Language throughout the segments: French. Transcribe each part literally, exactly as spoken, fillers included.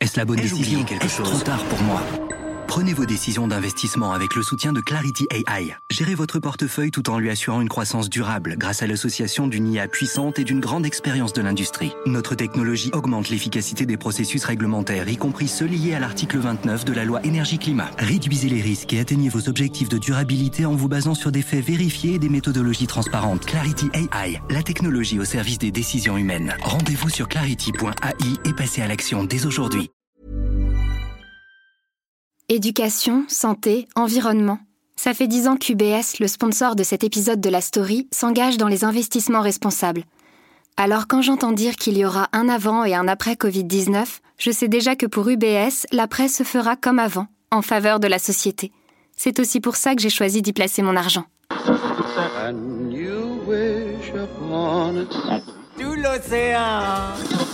Est-ce la bonne Ai-je décision? oublié quelque Est-ce chose trop tard pour moi? Prenez vos décisions d'investissement avec le soutien de Clarity A I. Gérez votre portefeuille tout en lui assurant une croissance durable grâce à l'association d'une I A puissante et d'une grande expérience de l'industrie. Notre technologie augmente l'efficacité des processus réglementaires, y compris ceux liés à l'article vingt-neuf de la loi énergie-climat. Réduisez les risques et atteignez vos objectifs de durabilité en vous basant sur des faits vérifiés et des méthodologies transparentes. Clarity A I, la technologie au service des décisions humaines. Rendez-vous sur clarity point A I et passez à l'action dès aujourd'hui. Éducation, santé, environnement. Ça fait dix ans qu'U B S, le sponsor de cet épisode de la story, s'engage dans les investissements responsables. Alors quand j'entends dire qu'il y aura un avant et un après covid dix-neuf, je sais déjà que pour U B S, l'après se fera comme avant, en faveur de la société. C'est aussi pour ça que j'ai choisi d'y placer mon argent. Tout l'océan.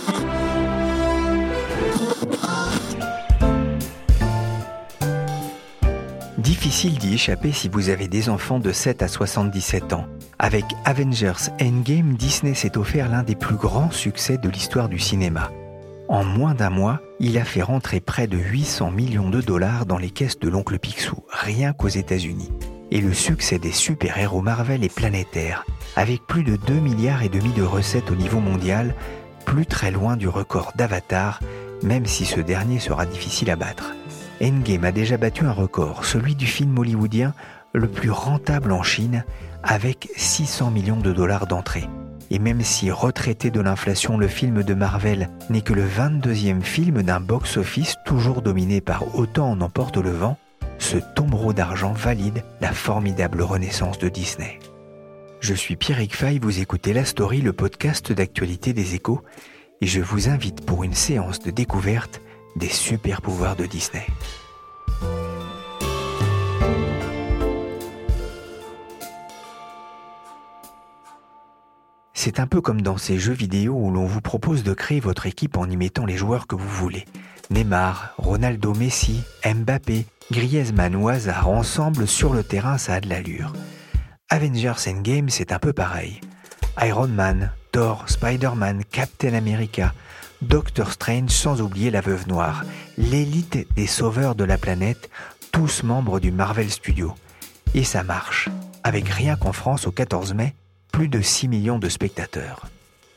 Difficile d'y échapper si vous avez des enfants de sept à soixante-dix-sept ans. Avec Avengers Endgame, Disney s'est offert l'un des plus grands succès de l'histoire du cinéma. En moins d'un mois, il a fait rentrer près de huit cents millions de dollars dans les caisses de l'oncle Picsou, rien qu'aux États-Unis. Et le succès des super-héros Marvel est planétaire, avec plus de deux milliards et demi de recettes au niveau mondial, plus très loin du record d'Avatar, même si ce dernier sera difficile à battre. Endgame a déjà battu un record, celui du film hollywoodien le plus rentable en Chine, avec six cents millions de dollars d'entrée. Et même si retraité de l'inflation, le film de Marvel n'est que le vingt-deuxième film d'un box-office toujours dominé par Autant en emporte le vent, ce tombereau d'argent valide la formidable renaissance de Disney. Je suis Pierrick Fay, vous écoutez La Story, le podcast d'actualité des Échos, et je vous invite pour une séance de découverte des super pouvoirs de Disney. C'est un peu comme dans ces jeux vidéo où l'on vous propose de créer votre équipe en y mettant les joueurs que vous voulez. Neymar, Ronaldo, Messi, Mbappé, Griezmann au hasard, ensemble sur le terrain, ça a de l'allure. Avengers Endgame, c'est un peu pareil. Iron Man, Thor, Spider-Man, Captain America, Doctor Strange, sans oublier la Veuve Noire, l'élite des sauveurs de la planète, tous membres du Marvel Studios. Et ça marche, avec rien qu'en France au quatorze mai, plus de six millions de spectateurs.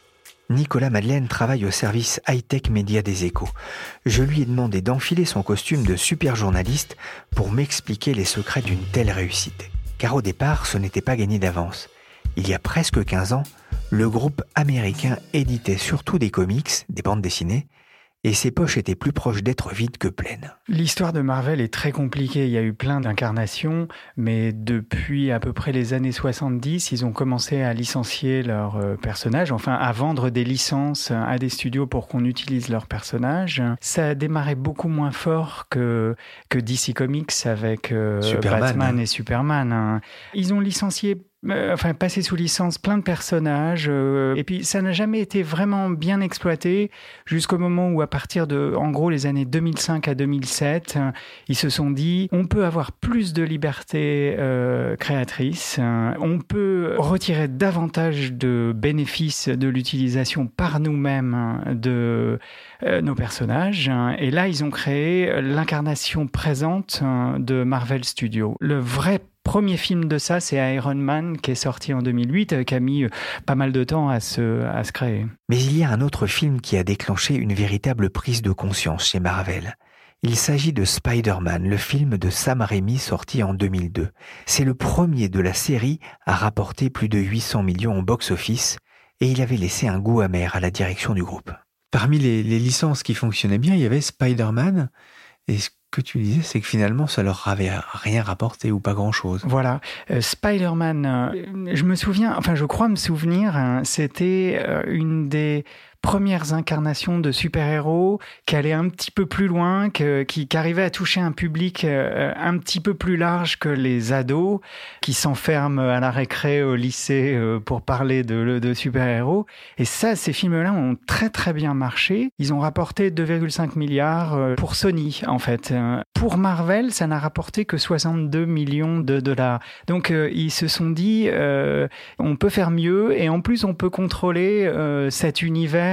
Nicolas Madeleine travaille au service high-tech média des Échos. Je lui ai demandé d'enfiler son costume de super journaliste pour m'expliquer les secrets d'une telle réussite. Car au départ, ce n'était pas gagné d'avance. Il y a presque quinze ans, le groupe américain éditait surtout des comics, des bandes dessinées, et ses poches étaient plus proches d'être vides que pleines. L'histoire de Marvel est très compliquée. Il y a eu plein d'incarnations, mais depuis à peu près les années soixante-dix, ils ont commencé à licencier leurs personnages, enfin à vendre des licences à des studios pour qu'on utilise leurs personnages. Ça a démarré beaucoup moins fort que, que D C Comics avec euh, Superman, Batman hein. et Superman. Ils ont licencié Euh, enfin, passer sous licence plein de personnages, euh, et puis ça n'a jamais été vraiment bien exploité jusqu'au moment où, à partir de, en gros, les années deux mille cinq à deux mille sept, euh, ils se sont dit, on peut avoir plus de liberté euh, créatrice, euh, on peut retirer davantage de bénéfices de l'utilisation par nous-mêmes de euh, nos personnages, et là, ils ont créé l'incarnation présente de Marvel Studios. Le vrai premier film de ça, c'est Iron Man, qui est sorti en deux mille huit, qui a mis pas mal de temps à se, à se créer. Mais il y a un autre film qui a déclenché une véritable prise de conscience chez Marvel. Il s'agit de Spider-Man, le film de Sam Raimi sorti en deux mille deux. C'est le premier de la série à rapporter plus de huit cents millions au box-office, et il avait laissé un goût amer à la direction du groupe. Parmi les, les licences qui fonctionnaient bien, il y avait Spider-Man, et ce que tu disais, c'est que finalement, ça leur avait rien rapporté ou pas grand-chose. Voilà. Euh, Spider-Man, euh, je me souviens, enfin je crois me souvenir, hein, c'était euh, une des premières incarnations de super-héros qui allait un petit peu plus loin, que, qui, qui arrivait à toucher un public euh, un petit peu plus large que les ados qui s'enferment à la récré au lycée euh, pour parler de, de super-héros. Et ça, ces films-là ont très très bien marché. Ils ont rapporté deux virgule cinq milliards euh, pour Sony, en fait. Euh, pour Marvel, ça n'a rapporté que soixante-deux millions de dollars. Donc, euh, ils se sont dit, euh, on peut faire mieux et en plus, on peut contrôler euh, cet univers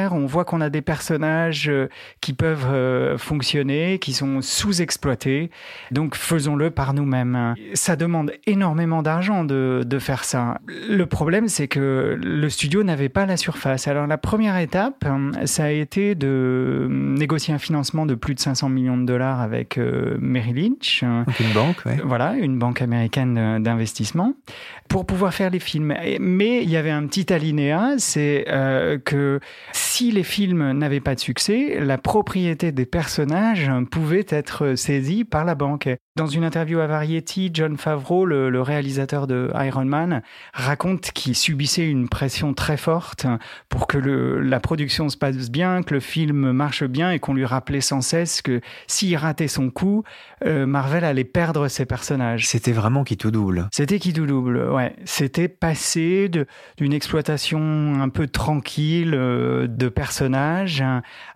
faire. On voit qu'on a des personnages qui peuvent euh, fonctionner, qui sont sous-exploités. Donc faisons-le par nous-mêmes. Ça demande énormément d'argent de, de faire ça. Le problème, c'est que le studio n'avait pas la surface. Alors la première étape, ça a été de négocier un financement de plus de cinq cents millions de dollars avec euh, Merrill Lynch. Donc une banque, ouais. Voilà, une banque américaine d'investissement, pour pouvoir faire les films. Mais il y avait un petit alinéa, c'est euh, que si les films n'avaient pas de succès, la propriété des personnages pouvait être saisie par la banque. Dans une interview à Variety, Jon Favreau, le, le réalisateur de Iron Man, raconte qu'il subissait une pression très forte pour que le, la production se passe bien, que le film marche bien, et qu'on lui rappelait sans cesse que s'il ratait son coup, euh, Marvel allait perdre ses personnages. C'était vraiment qui tout double. C'était qui tout double, ouais. C'était passer de, d'une exploitation un peu tranquille euh, de personnages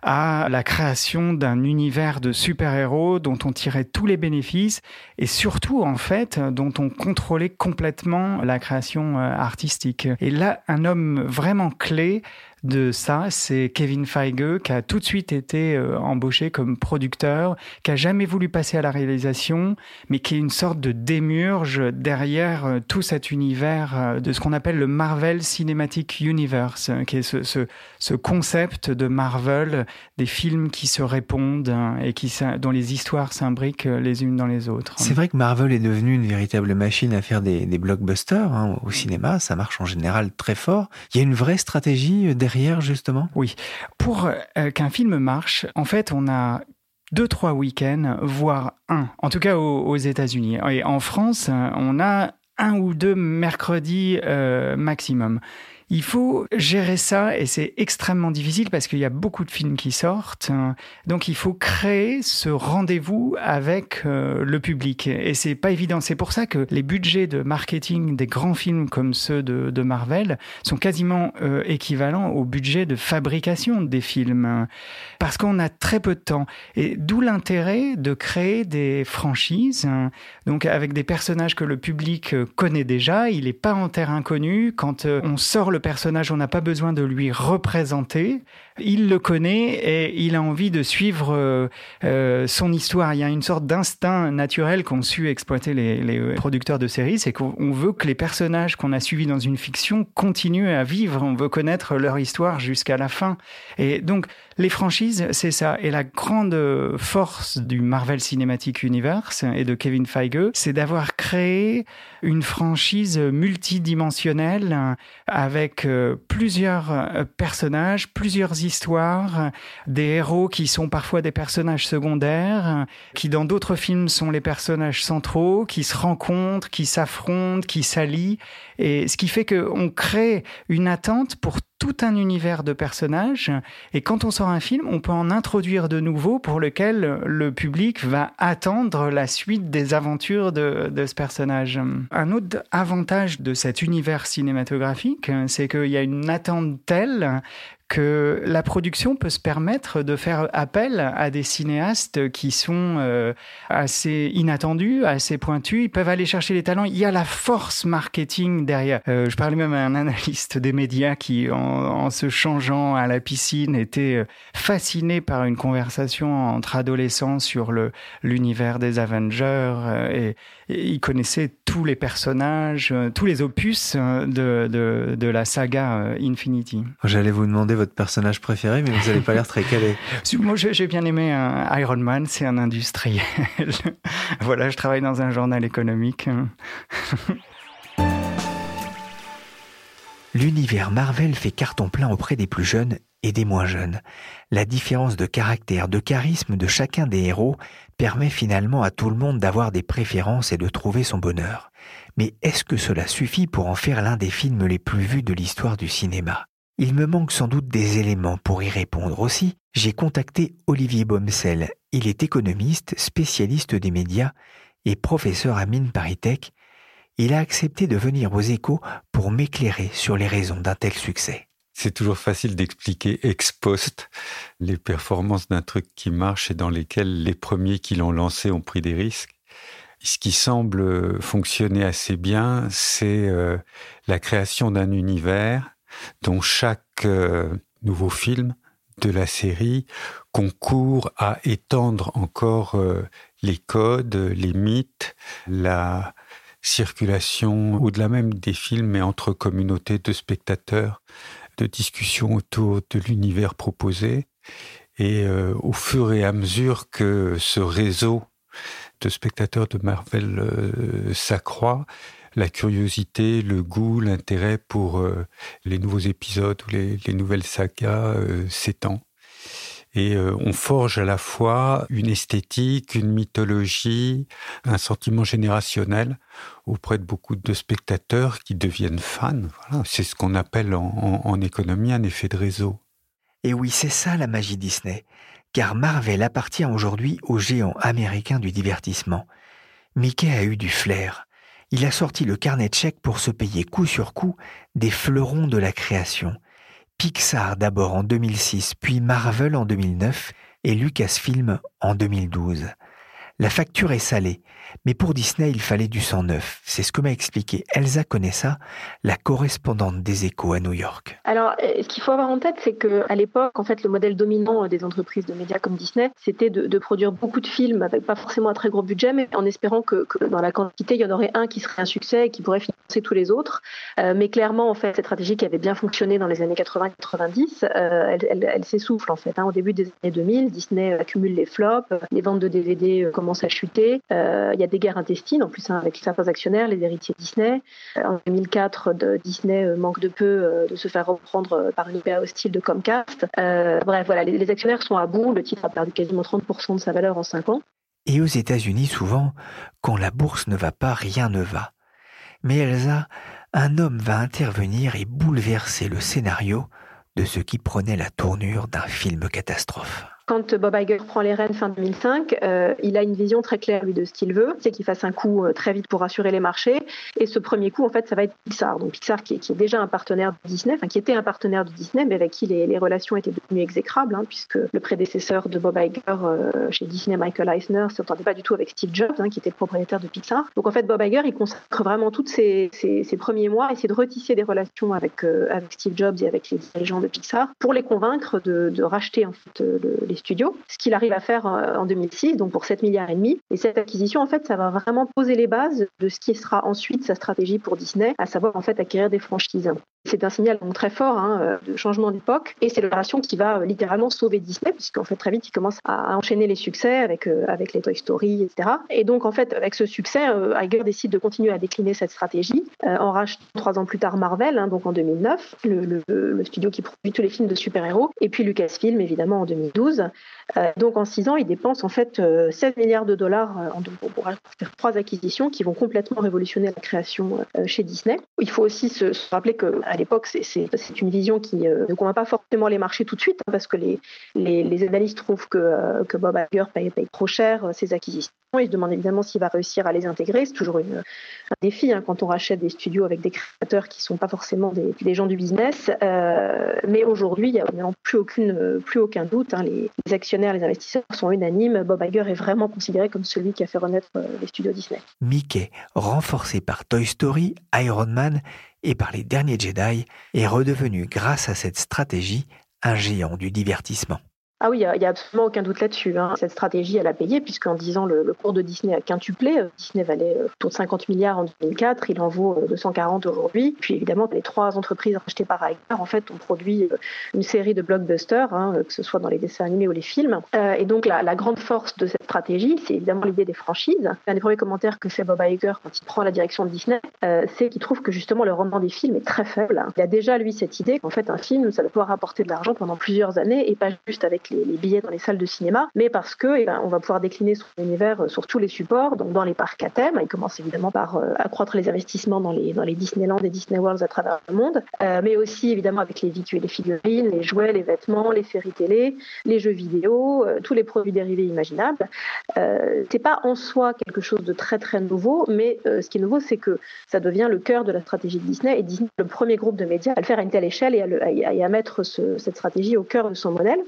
à la création d'un univers de super-héros dont on tirait tous les bénéfices, et surtout, en fait, dont on contrôlait complètement la création artistique. Et là, un homme vraiment clé de ça, c'est Kevin Feige, qui a tout de suite été euh, embauché comme producteur, qui a jamais voulu passer à la réalisation, mais qui est une sorte de démiurge derrière euh, tout cet univers euh, de ce qu'on appelle le Marvel Cinematic Universe, euh, qui est ce, ce, ce concept de Marvel, des films qui se répondent hein, et qui, dont les histoires s'imbriquent les unes dans les autres. C'est vrai que Marvel est devenu une véritable machine à faire des, des blockbusters hein, au cinéma, ça marche en général très fort. Il y a une vraie stratégie derrière Derrière, justement ? Oui. Pour euh, qu'un film marche, en fait, on a deux, trois week-ends, voire un, en tout cas aux, aux États-Unis. Et en France, on a un ou deux mercredis euh, maximum. Il faut gérer ça et c'est extrêmement difficile parce qu'il y a beaucoup de films qui sortent. Donc il faut créer ce rendez-vous avec euh, le public et c'est pas évident. C'est pour ça que les budgets de marketing des grands films comme ceux de, de Marvel sont quasiment euh, équivalents au budget de fabrication des films parce qu'on a très peu de temps. Et d'où l'intérêt de créer des franchises, donc avec des personnages que le public connaît déjà. Il n'est pas en terre inconnue. Quand on sort le personnage, on n'a pas besoin de lui représenter. Il le connaît et il a envie de suivre euh, euh, son histoire. Il y a une sorte d'instinct naturel qu'ont su exploiter les, les producteurs de séries, c'est qu'on veut que les personnages qu'on a suivis dans une fiction continuent à vivre. On veut connaître leur histoire jusqu'à la fin. Et donc, les franchises, c'est ça. Et la grande force du Marvel Cinematic Universe et de Kevin Feige, c'est d'avoir créé une franchise multidimensionnelle avec plusieurs personnages, plusieurs histoires, des héros qui sont parfois des personnages secondaires, qui dans d'autres films sont les personnages centraux, qui se rencontrent, qui s'affrontent, qui s'allient. Et ce qui fait qu'on crée une attente pour tout un univers de personnages. Et quand on sort un film, on peut en introduire de nouveaux pour lequel le public va attendre la suite des aventures de, de ce personnage. Un autre avantage de cet univers cinématographique, c'est qu'il y a une attente telle que la production peut se permettre de faire appel à des cinéastes qui sont euh, assez inattendus, assez pointus. Ils peuvent aller chercher les talents. Il y a la force marketing derrière. Euh, je parlais même à un analyste des médias qui, en, en se changeant à la piscine, était fasciné par une conversation entre adolescents sur le, l'univers des Avengers. Euh, et, et il connaissait tous les personnages, euh, tous les opus de, de, de la saga euh, Infinity. J'allais vous demander votre personnage préféré, mais vous n'avez pas l'air très calé. Moi, j'ai bien aimé un Iron Man, c'est un industriel. Voilà, je travaille dans un journal économique. L'univers Marvel fait carton plein auprès des plus jeunes et des moins jeunes. La différence de caractère, de charisme de chacun des héros permet finalement à tout le monde d'avoir des préférences et de trouver son bonheur. Mais est-ce que cela suffit pour en faire l'un des films les plus vus de l'histoire du cinéma ? Il me manque sans doute des éléments pour y répondre aussi. J'ai contacté Olivier Bomsel. Il est économiste, spécialiste des médias et professeur à Mines ParisTech. Il a accepté de venir aux Échos pour m'éclairer sur les raisons d'un tel succès. C'est toujours facile d'expliquer ex post les performances d'un truc qui marche et dans lesquels les premiers qui l'ont lancé ont pris des risques. Ce qui semble fonctionner assez bien, c'est euh, la création d'un univers dont chaque euh, nouveau film de la série concourent à étendre encore euh, les codes, les mythes, la circulation, au-delà même des films, mais entre communautés de spectateurs, de discussions autour de l'univers proposé. Et euh, au fur et à mesure que ce réseau de spectateurs de Marvel euh, s'accroît, la curiosité, le goût, l'intérêt pour euh, les nouveaux épisodes ou les, les nouvelles sagas euh, s'étend. Et euh, on forge à la fois une esthétique, une mythologie, un sentiment générationnel auprès de beaucoup de spectateurs qui deviennent fans. Voilà, c'est ce qu'on appelle en, en, en économie un effet de réseau. Et oui, c'est ça la magie Disney, car Marvel appartient aujourd'hui aux géants américains du divertissement. Mickey a eu du flair. Il a sorti le carnet de chèques pour se payer coup sur coup des fleurons de la création. Pixar d'abord en deux mille six, puis Marvel en deux mille neuf et Lucasfilm en deux mille douze. La facture est salée, mais pour Disney, il fallait du sang neuf. C'est ce que m'a expliqué Elsa Conessa, la correspondante des Échos à New York. Alors, ce qu'il faut avoir en tête, c'est qu'à l'époque, en fait, le modèle dominant des entreprises de médias comme Disney, c'était de, de produire beaucoup de films avec pas forcément un très gros budget, mais en espérant que, que dans la quantité, il y en aurait un qui serait un succès et qui pourrait financer tous les autres. Euh, mais clairement, en fait, cette stratégie qui avait bien fonctionné dans les années quatre-vingts quatre-vingt-dix, euh, elle, elle, elle s'essouffle, en fait. Hein. Au début des années deux mille, Disney accumule les flops, les ventes de D V D commencent à chuter. Euh, il y a des guerres intestines, en plus, hein, avec certains actionnaires, les héritiers Disney. Euh, en deux mille quatre, de, Disney euh, manque de peu euh, de se faire reprendre euh, par une O P A hostile de Comcast. Euh, bref, voilà, les, les actionnaires sont à bout. Le titre a perdu quasiment trente pour cent de sa valeur en cinq ans. Et aux États-Unis, souvent, quand la bourse ne va pas, rien ne va. Mais Elsa, un homme va intervenir et bouleverser le scénario de ce qui prenait la tournure d'un film catastrophe. Quand Bob Iger prend les rênes fin deux mille cinq, euh, il a une vision très claire lui de ce qu'il veut, c'est qu'il fasse un coup euh, très vite pour rassurer les marchés. Et ce premier coup, en fait, ça va être Pixar. Donc Pixar qui est, qui est déjà un partenaire de Disney, enfin qui était un partenaire de Disney, mais avec qui les, les relations étaient devenues exécrables, hein, puisque le prédécesseur de Bob Iger euh, chez Disney, Michael Eisner, ne s'entendait pas du tout avec Steve Jobs, hein, qui était le propriétaire de Pixar. Donc en fait, Bob Iger, il consacre vraiment tous ses, ses, ses premiers mois à essayer de retisser des relations avec, euh, avec Steve Jobs et avec les dirigeants de Pixar pour les convaincre de, de racheter en fait, le, les studios. Ce qu'il arrive à faire en deux mille six, donc pour sept milliards et demi. Et cette acquisition, en fait, ça va vraiment poser les bases de ce qui sera ensuite sa stratégie pour Disney, à savoir en fait acquérir des franchises. C'est un signal donc très fort hein, de changement d'époque, et c'est l'opération qui va littéralement sauver Disney, puisqu'en fait très vite il commence à enchaîner les succès avec euh, avec les Toy Story, et cetera. Et donc en fait avec ce succès, euh, Iger décide de continuer à décliner cette stratégie euh, en rachetant trois ans plus tard Marvel, hein, donc en deux mille neuf, le, le, le studio qui produit tous les films de super-héros, et puis Lucasfilm évidemment en deux mille douze. Euh, donc en six ans, il dépense en fait euh, sept milliards de dollars euh, en, pour faire trois acquisitions qui vont complètement révolutionner la création euh, chez Disney. Il faut aussi se, se rappeler qu'à l'époque, c'est, c'est, c'est une vision qui euh, ne convainc pas forcément les marchés tout de suite, hein, parce que les, les, les analystes trouvent que, euh, que Bob Iger paye, paye trop cher euh, ses acquisitions. Ils se demandent évidemment s'il va réussir à les intégrer. C'est toujours une, un défi hein, quand on rachète des studios avec des créateurs qui ne sont pas forcément des, des gens du business. Euh, mais aujourd'hui, il n'y a vraiment plus, aucune, plus aucun doute. Hein, les, les actionnaires, les investisseurs sont unanimes. Bob Iger est vraiment considéré comme celui qui a fait renaître euh, les studios Disney. Mickey, renforcé par Toy Story, Iron Man et par les derniers Jedi, est redevenu, grâce à cette stratégie, un géant du divertissement. Ah oui, il n'y a, a absolument aucun doute là-dessus. Hein. Cette stratégie, elle a payé, puisqu'en dix ans, le, le cours de Disney a quintuplé. Disney valait autour de cinquante milliards en deux mille quatre, il en vaut deux cent quarante aujourd'hui. Puis évidemment, les trois entreprises rachetées par Iger, en fait, ont produit une série de blockbusters, hein, que ce soit dans les dessins animés ou les films. Euh, et donc, la, la grande force de cette stratégie, c'est évidemment l'idée des franchises. Un des premiers commentaires que fait Bob Iger quand il prend la direction de Disney, euh, c'est qu'il trouve que justement le rendement des films est très faible. Il a déjà, lui, cette idée qu'en fait, un film, ça doit pouvoir rapporter de l'argent pendant plusieurs années et pas juste avec Les, les billets dans les salles de cinéma, mais parce que eh ben, on va pouvoir décliner son univers sur tous les supports, donc dans les parcs à thème. Il commence évidemment par euh, accroître les investissements dans les, dans les Disneyland et Disney Worlds à travers le monde, euh, mais aussi évidemment avec les véhicules, les figurines, les jouets, les vêtements, les séries télé, les jeux vidéo, euh, tous les produits dérivés imaginables. Euh, c'est pas en soi quelque chose de très très nouveau, mais euh, ce qui est nouveau, c'est que ça devient le cœur de la stratégie de Disney, et Disney le premier groupe de médias à le faire à une telle échelle et à, le, à, à mettre ce, cette stratégie au cœur de son modèle. C'est d'autant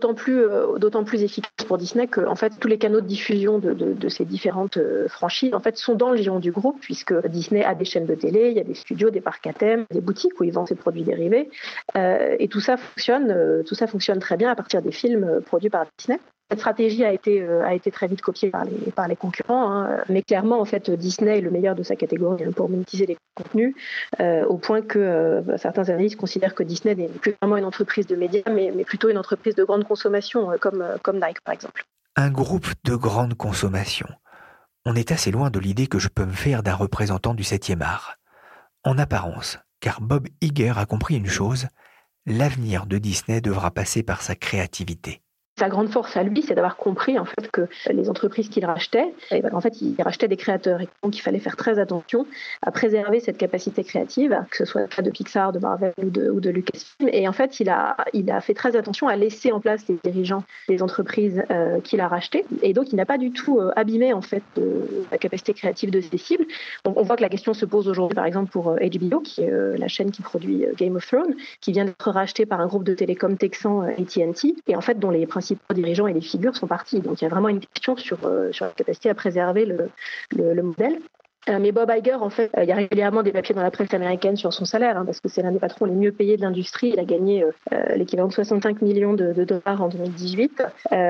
d'autant plus, euh, d'autant plus efficace pour Disney que en fait, tous les canaux de diffusion de, de, de ces différentes euh, franchises en fait, sont dans le giron du groupe, puisque Disney a des chaînes de télé, il y a des studios, des parcs à thème, des boutiques où ils vendent ses produits dérivés. Euh, et tout ça, fonctionne, euh, tout ça fonctionne très bien à partir des films euh, produits par Disney. Cette stratégie a été, euh, a été très vite copiée par les, par les concurrents, hein. Mais clairement, en fait, Disney est le meilleur de sa catégorie hein, pour monétiser les contenus, euh, au point que euh, certains analystes considèrent que Disney n'est plus vraiment une entreprise de médias, mais, mais plutôt une entreprise de grande consommation, euh, comme, euh, comme Nike, par exemple. Un groupe de grande consommation. On est assez loin de l'idée que je peux me faire d'un représentant du septième art. En apparence, car Bob Iger a compris une chose, l'avenir de Disney devra passer par sa créativité. Sa grande force à lui, c'est d'avoir compris en fait que les entreprises qu'il rachetait, et ben, en fait, il rachetait des créateurs et donc il fallait faire très attention à préserver cette capacité créative, que ce soit le cas de Pixar, de Marvel ou de, ou de Lucasfilm. Et en fait, il a, il a fait très attention à laisser en place les dirigeants des entreprises euh, qu'il a rachetées. Et donc, il n'a pas du tout euh, abîmé en fait euh, la capacité créative de ses cibles. Donc, on voit que la question se pose aujourd'hui, par exemple, pour euh, H B O, qui est euh, la chaîne qui produit euh, Game of Thrones, qui vient d'être rachetée par un groupe de télécom texan euh, A T and T, et en fait, dont les principaux dirigeants et les figures sont partis. Donc il y a vraiment une question sur, euh, sur la capacité à préserver le, le, le modèle. Euh, mais Bob Iger, en fait, euh, il y a régulièrement des papiers dans la presse américaine sur son salaire, hein, parce que c'est l'un des patrons les mieux payés de l'industrie. Il a gagné euh, l'équivalent de soixante-cinq millions de, de dollars en deux mille dix-huit.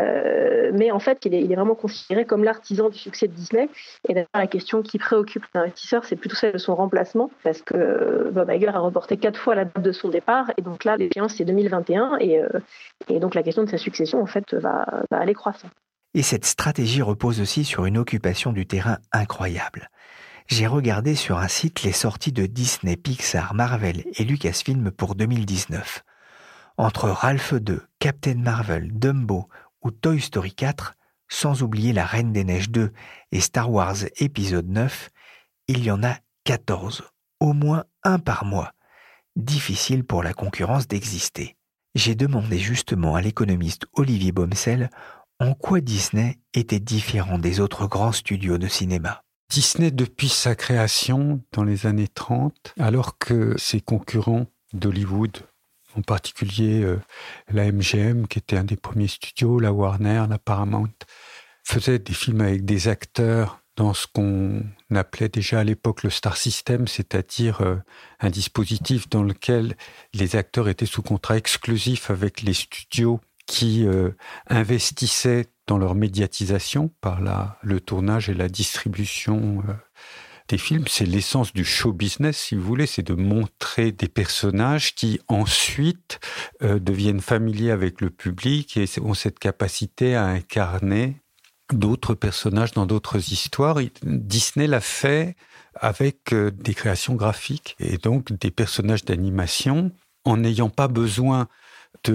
Euh, mais en fait, il est, il est vraiment considéré comme l'artisan du succès de Disney. Et d'ailleurs, la question qui préoccupe l'investisseur, c'est plutôt celle de son remplacement, parce que euh, Bob Iger a reporté quatre fois la date de son départ. Et donc là, l'échéance, c'est deux mille vingt et un. Et, euh, et donc la question de sa succession, en fait, va, va aller croissant. Et cette stratégie repose aussi sur une occupation du terrain incroyable. J'ai regardé sur un site les sorties de Disney, Pixar, Marvel et Lucasfilm pour deux mille dix-neuf. Entre Ralph deux, Captain Marvel, Dumbo ou Toy Story quatre, sans oublier La Reine des Neiges deux et Star Wars épisode neuf, il y en a quatorze, au moins un par mois. Difficile pour la concurrence d'exister. J'ai demandé justement à l'économiste Olivier Bomsel en quoi Disney était différent des autres grands studios de cinéma. Disney, depuis sa création dans les années trente, alors que ses concurrents d'Hollywood, en particulier euh, la M G M, qui était un des premiers studios, la Warner, la Paramount, faisaient des films avec des acteurs dans ce qu'on appelait déjà à l'époque le Star System, c'est-à-dire euh, un dispositif dans lequel les acteurs étaient sous contrat exclusif avec les studios qui euh, investissaient dans leur médiatisation par la, le tournage et la distribution euh, des films. C'est l'essence du show business, si vous voulez, c'est de montrer des personnages qui ensuite euh, deviennent familiers avec le public et ont cette capacité à incarner d'autres personnages dans d'autres histoires. Disney l'a fait avec euh, des créations graphiques et donc des personnages d'animation en n'ayant pas besoin de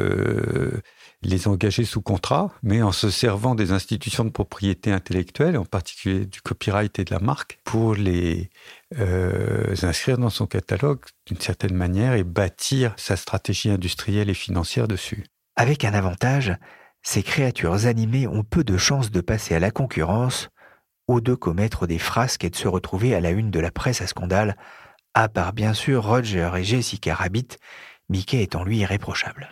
euh, les engager sous contrat, mais en se servant des institutions de propriété intellectuelle, en particulier du copyright et de la marque, pour les euh, inscrire dans son catalogue d'une certaine manière et bâtir sa stratégie industrielle et financière dessus. Avec un avantage, ces créatures animées ont peu de chances de passer à la concurrence ou de commettre des frasques et de se retrouver à la une de la presse à scandale, à part bien sûr Roger et Jessica Rabbit, Mickey étant lui irréprochable.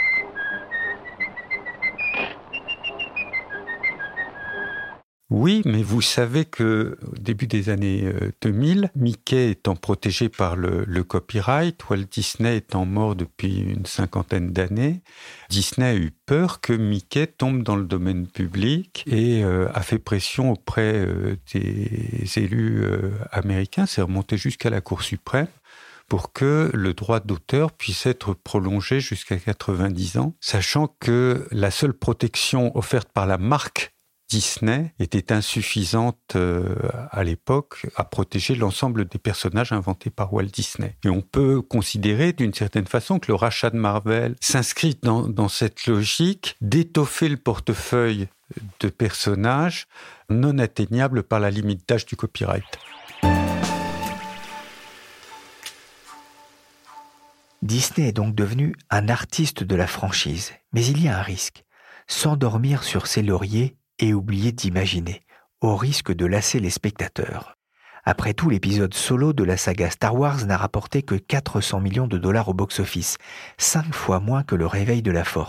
Oui, mais vous savez qu'au début des années deux mille, Mickey étant protégé par le, le copyright, Walt Disney étant mort depuis une cinquantaine d'années, Disney a eu peur que Mickey tombe dans le domaine public et euh, a fait pression auprès euh, des élus euh, américains, c'est remonté jusqu'à la Cour suprême, pour que le droit d'auteur puisse être prolongé jusqu'à quatre-vingt-dix ans, sachant que la seule protection offerte par la marque Disney était insuffisante euh, à l'époque à protéger l'ensemble des personnages inventés par Walt Disney. Et on peut considérer d'une certaine façon que le rachat de Marvel s'inscrit dans, dans cette logique d'étoffer le portefeuille de personnages non atteignables par la limite d'âge du copyright. Disney est donc devenu un artiste de la franchise, mais il y a un risque. S'endormir sur ses lauriers et oublier d'imaginer, au risque de lasser les spectateurs. Après tout, l'épisode solo de la saga Star Wars n'a rapporté que quatre cents millions de dollars au box-office, cinq fois moins que le réveil de la Force.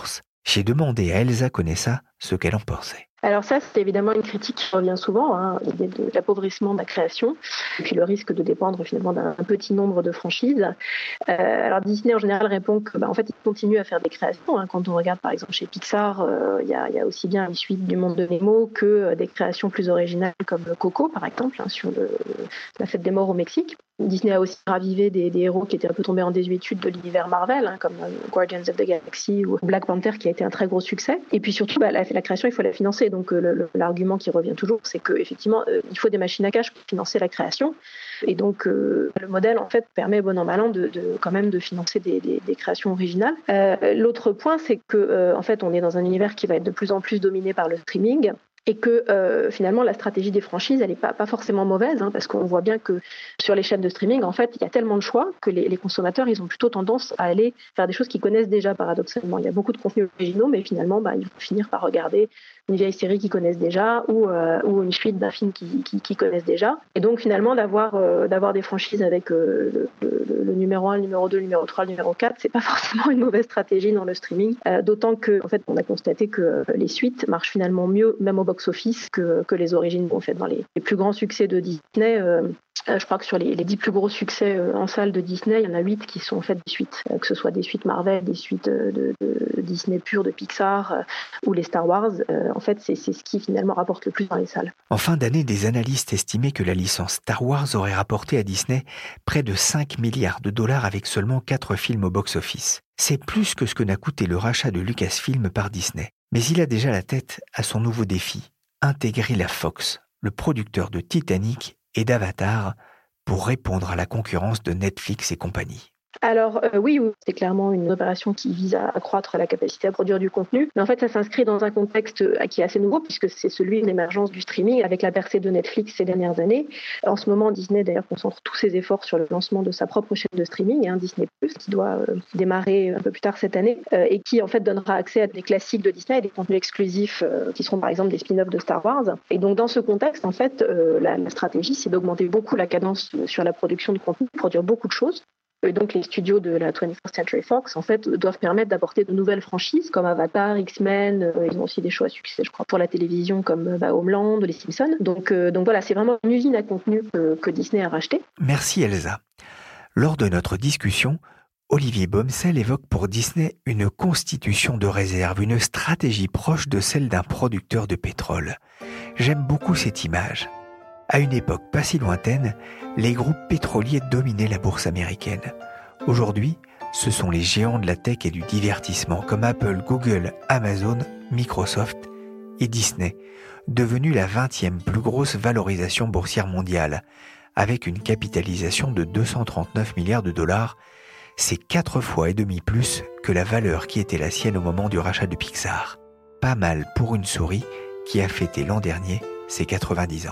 J'ai demandé à Elsa Conessa ce qu'elle en pensait. Alors ça, c'est évidemment une critique qui revient souvent, hein, l'idée de l'appauvrissement de la création, et puis le risque de dépendre finalement d'un petit nombre de franchises. Euh, alors Disney en général répond que, bah, en fait, ils continuent à faire des créations. Hein. Quand on regarde par exemple chez Pixar, il euh, y, y a aussi bien les suites du Monde de Nemo que euh, des créations plus originales comme Coco par exemple, hein, sur le, la fête des morts au Mexique. Disney a aussi ravivé des, des héros qui étaient un peu tombés en désuétude de l'univers Marvel, hein, comme euh, Guardians of the Galaxy ou Black Panther qui a été un très gros succès. Et puis surtout, bah, la, la création, il faut la financer. Donc le, le, l'argument qui revient toujours, c'est qu'effectivement, euh, il faut des machines à cash pour financer la création. Et donc euh, le modèle, en fait, permet bon an mal an de, de, quand même de financer des, des, des créations originales. Euh, l'autre point, c'est que euh, en fait, on est dans un univers qui va être de plus en plus dominé par le streaming. Et que euh, finalement la stratégie des franchises elle n'est pas, pas forcément mauvaise, hein, parce qu'on voit bien que sur les chaînes de streaming en fait il y a tellement de choix que les, les consommateurs ils ont plutôt tendance à aller faire des choses qu'ils connaissent déjà paradoxalement. Il y a beaucoup de contenus originaux mais finalement bah, ils vont finir par regarder une vieille série qu'ils connaissent déjà ou, euh, ou une suite d'un film qu'ils qui, qui connaissent déjà. Et donc finalement d'avoir, euh, d'avoir des franchises avec euh, le, le, le numéro un, le numéro deux, le numéro trois, le numéro quatre, c'est pas forcément une mauvaise stratégie dans le streaming, euh, d'autant que en fait on a constaté que euh, les suites marchent finalement mieux même au box-office que, que les origines. En fait, dans les, les plus grands succès de Disney, euh, je crois que sur les, les dix plus gros succès euh, en salle de Disney, il y en a huit qui sont en fait des suites, euh, que ce soit des suites Marvel, des suites de, de, de Disney pur, de Pixar euh, ou les Star Wars. Euh, en fait, c'est, c'est ce qui finalement rapporte le plus dans les salles. En fin d'année, des analystes estimaient que la licence Star Wars aurait rapporté à Disney près de cinq milliards de dollars avec seulement quatre films au box-office. C'est plus que ce que n'a coûté le rachat de Lucasfilm par Disney. Mais il a déjà la tête à son nouveau défi. Intégrer la Fox, le producteur de Titanic et d'Avatar, pour répondre à la concurrence de Netflix et compagnie. Alors euh, oui, c'est clairement une opération qui vise à accroître la capacité à produire du contenu, mais en fait ça s'inscrit dans un contexte qui est assez nouveau puisque c'est celui de l'émergence du streaming avec la percée de Netflix ces dernières années. En ce moment, Disney d'ailleurs concentre tous ses efforts sur le lancement de sa propre chaîne de streaming, hein, Disney plus, qui doit euh, démarrer un peu plus tard cette année euh, et qui en fait donnera accès à des classiques de Disney et des contenus exclusifs euh, qui seront par exemple des spin-offs de Star Wars. Et donc dans ce contexte, en fait, euh, la, la stratégie c'est d'augmenter beaucoup la cadence sur la production de contenu, produire beaucoup de choses. Et donc les studios de la twenty-first Century Fox en fait doivent permettre d'apporter de nouvelles franchises comme Avatar, X-Men, euh, ils ont aussi des shows à succès je crois pour la télévision comme bah, Homeland, les Simpsons. Donc euh, donc voilà, c'est vraiment une usine à contenu que, que Disney a rachetée. Merci Elsa. Lors de notre discussion, Olivier Bomsel évoque pour Disney une constitution de réserve, une stratégie proche de celle d'un producteur de pétrole. J'aime beaucoup cette image. À une époque pas si lointaine, les groupes pétroliers dominaient la bourse américaine. Aujourd'hui, ce sont les géants de la tech et du divertissement comme Apple, Google, Amazon, Microsoft et Disney, devenus la vingtième plus grosse valorisation boursière mondiale, avec une capitalisation de deux cent trente-neuf milliards de dollars. C'est quatre fois et demi plus que la valeur qui était la sienne au moment du rachat de Pixar. Pas mal pour une souris qui a fêté l'an dernier ses quatre-vingt-dix ans.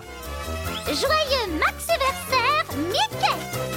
Joyeux maxiversaire, Mickey!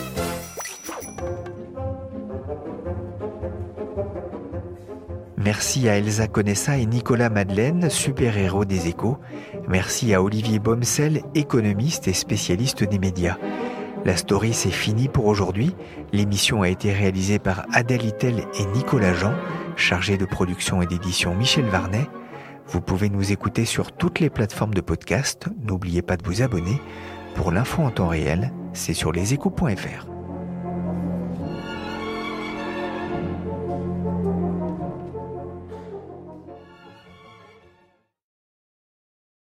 Merci à Elsa Conessa et Nicolas Madeleine, super-héros des échos. Merci à Olivier Bomsel, économiste et spécialiste des médias. La story, c'est fini pour aujourd'hui. L'émission a été réalisée par Adèle Itel et Nicolas Jean, chargé de production et d'édition Michel Varnet. Vous pouvez nous écouter sur toutes les plateformes de podcast. N'oubliez pas de vous abonner. Pour l'info en temps réel, c'est sur leséchos point f r.